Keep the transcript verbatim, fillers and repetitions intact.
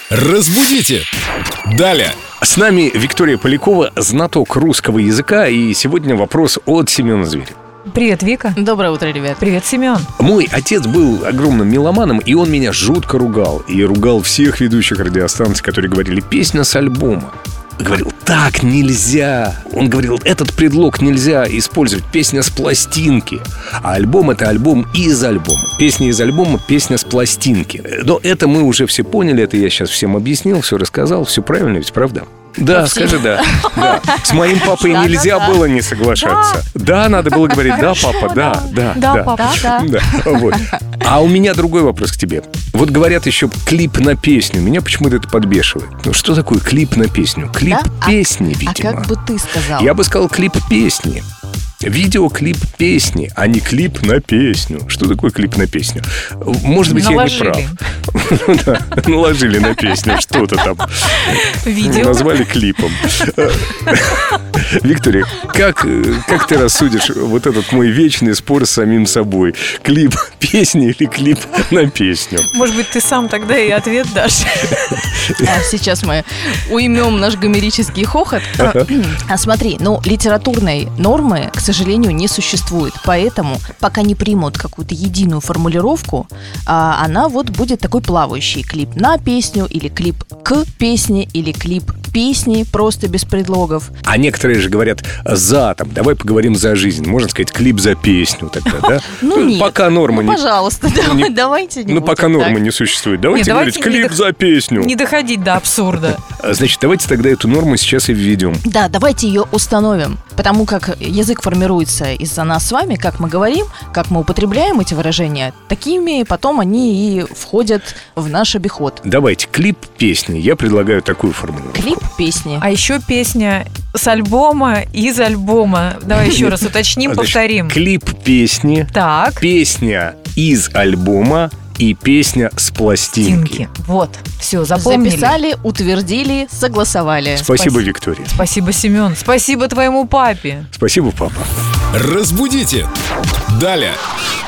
Разбудите! Далее! С нами Виктория Полякова, знаток русского языка. И сегодня вопрос от Семена Зверя. Привет, Вика. Доброе утро, ребят. Привет, Семен. Мой отец был огромным меломаном, и он меня жутко ругал. И ругал всех ведущих радиостанций, которые говорили «песня с альбома». Говорил, так нельзя. Он говорил, этот предлог нельзя использовать. Песня с пластинки. А альбом — это альбом из альбома. Песня из альбома, песня с пластинки. Но это мы уже все поняли. Это я сейчас всем объяснил, все рассказал. Все правильно ведь, правда? Да, скажи да. да. С моим папой Да, нельзя да, да. было не соглашаться. Да, да, надо было говорить, да, папа, да, да, Да, да. папа, да. Да, вот. А у меня другой вопрос к тебе. Вот говорят еще клип на песню. Меня почему-то это подбешивает. Ну что такое клип на песню? Клип Да? песни, А видимо. как бы ты сказал? Я бы сказал клип песни. Видеоклип песни, а не клип на песню. Что такое клип на песню? Может быть, Наложили. я не прав. Да, наложили на песню что-то там. Видео. Назвали клипом. Виктория, как, как ты рассудишь вот этот мой вечный спор с самим собой? Клип песни или клип на песню? Может быть, ты сам тогда и ответ дашь. А, Сейчас мы уймем наш гомерический хохот. А смотри, ну, литературной нормы, к сожалению, не существует. Поэтому, пока не примут какую-то единую формулировку, а, она вот будет такой плавающий. Клип на песню, или клип к песне, или клип песни, просто без предлогов. А некоторые же говорят за, там, давай поговорим за жизнь. Можно сказать, клип за песню тогда, да? Ну, нет. Пока норма Ну, не... пожалуйста, давай- давайте не Ну, будем пока нормы так. не существует. Давайте Не, говорить давайте не клип дох- за песню. Не доходить до абсурда. А, Значит, давайте тогда эту норму сейчас и введем. Да, давайте ее установим, потому как язык формируется из-за нас с вами, как мы говорим, как мы употребляем эти выражения, такими потом они и входят в наш обиход. Давайте, клип песни. Я предлагаю такую формулировку. Клип песни. А еще песня с альбома, из альбома. Давай еще раз уточним, Значит, повторим. клип песни, Так, песня из альбома и песня с пластинки. Тинки. Вот, все, запомнили. Записали, утвердили, согласовали. Спасибо, Спасибо. Виктория. Спасибо, Семен. Спасибо твоему папе. Спасибо, папа. Разбудите! Далее!